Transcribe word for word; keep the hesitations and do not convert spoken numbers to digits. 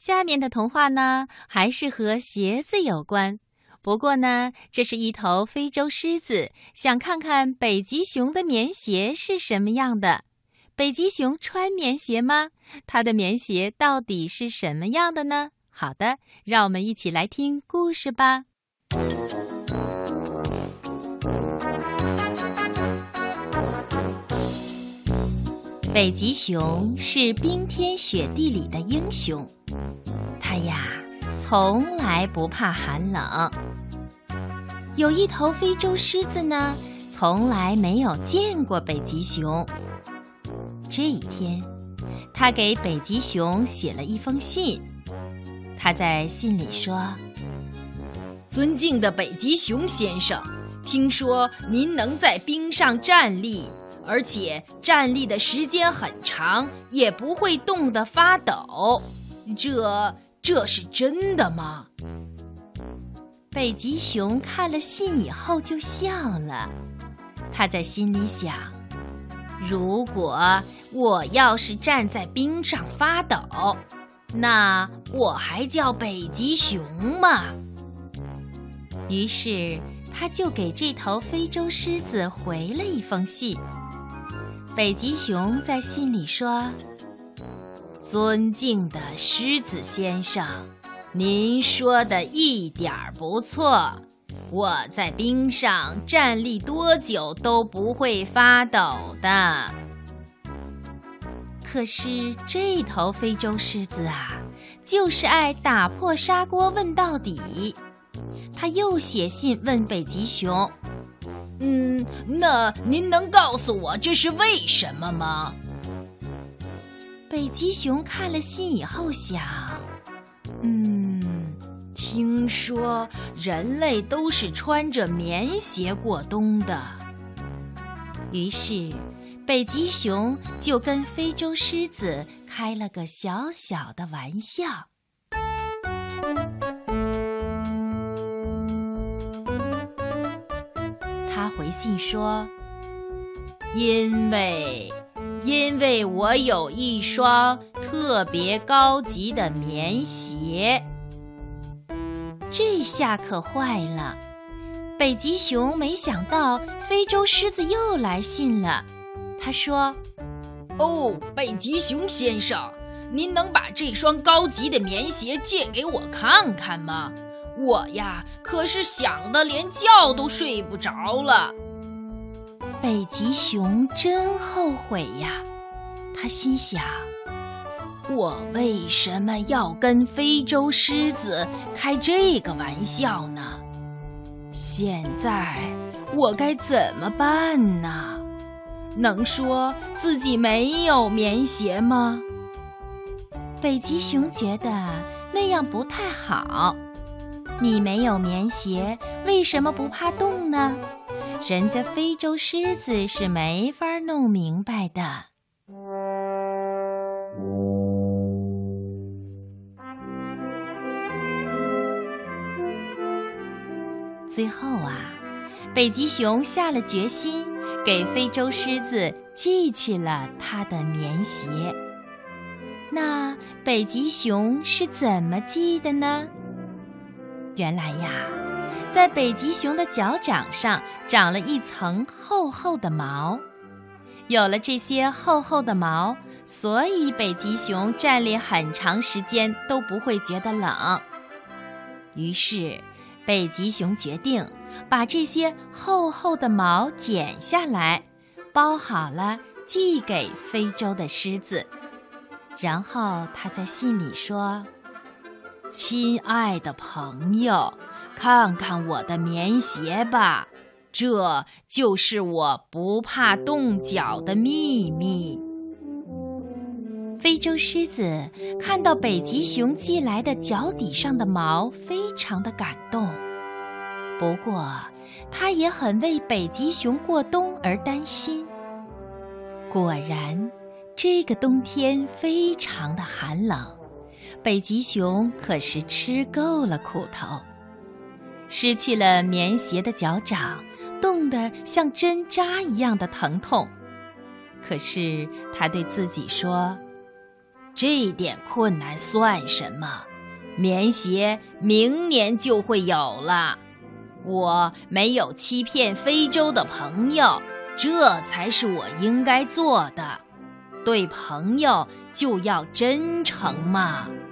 下面的童话呢，还是和鞋子有关。不过呢，这是一头非洲狮子想看看北极熊的棉鞋是什么样的。北极熊穿棉鞋吗？它的棉鞋到底是什么样的呢？好的，让我们一起来听故事吧。北极熊是冰天雪地里的英雄，它呀，从来不怕寒冷。有一头非洲狮子呢，从来没有见过北极熊。这一天，他给北极熊写了一封信。他在信里说： 尊敬的北极熊先生，听说您能在冰上站立，而且站立的时间很长，也不会冻得发抖，这这是真的吗？ 北极熊看了信以后就笑了。他在心里想，如果我要是站在冰上发抖，那我还叫北极熊吗？于是他就给这头非洲狮子回了一封信。北极熊在信里说：尊敬的狮子先生，您说的一点儿不错，我在冰上站立多久都不会发抖的。可是这头非洲狮子啊，就是爱打破砂锅问到底。他又写信问北极熊： 嗯，那您能告诉我这是为什么吗？ 北极熊看了信以后想，嗯， 听说人类都是穿着棉鞋过冬的。 于是北极熊就跟非洲狮子开了个小小的玩笑。他回信说：因为因为我有一双特别高级的棉鞋。这下可坏了，北极熊没想到非洲狮子又来信了。他说： 哦，北极熊先生，您能把这双高级的棉鞋借给我看看吗？我呀，可是想得连觉都睡不着了。 北极熊真后悔呀，他心想，我为什么要跟非洲狮子开这个玩笑呢？现在我该怎么办呢？能说自己没有棉鞋吗？北极熊觉得那样不太好。你没有棉鞋，为什么不怕冻呢？人家非洲狮子是没法弄明白的。最后啊，北极熊下了决心，给非洲狮子寄去了他的棉鞋。那北极熊是怎么寄的呢？原来呀，在北极熊的脚掌上长了一层厚厚的毛。有了这些厚厚的毛，所以北极熊站立很长时间都不会觉得冷。于是北极熊决定把这些厚厚的毛剪下来，包好了寄给非洲的狮子。然后他在信里说：亲爱的朋友，看看我的棉鞋吧，这就是我不怕冻脚的秘密。非洲狮子看到北极熊寄来的脚底上的毛，非常的感动。不过，它也很为北极熊过冬而担心。果然，这个冬天非常的寒冷。北极熊可是吃够了苦头，失去了棉鞋的脚掌，冻得像针扎一样的疼痛。可是他对自己说： 这点困难算什么？棉鞋明年就会有了。我没有欺骗非洲的朋友，这才是我应该做的。对朋友就要真诚嘛。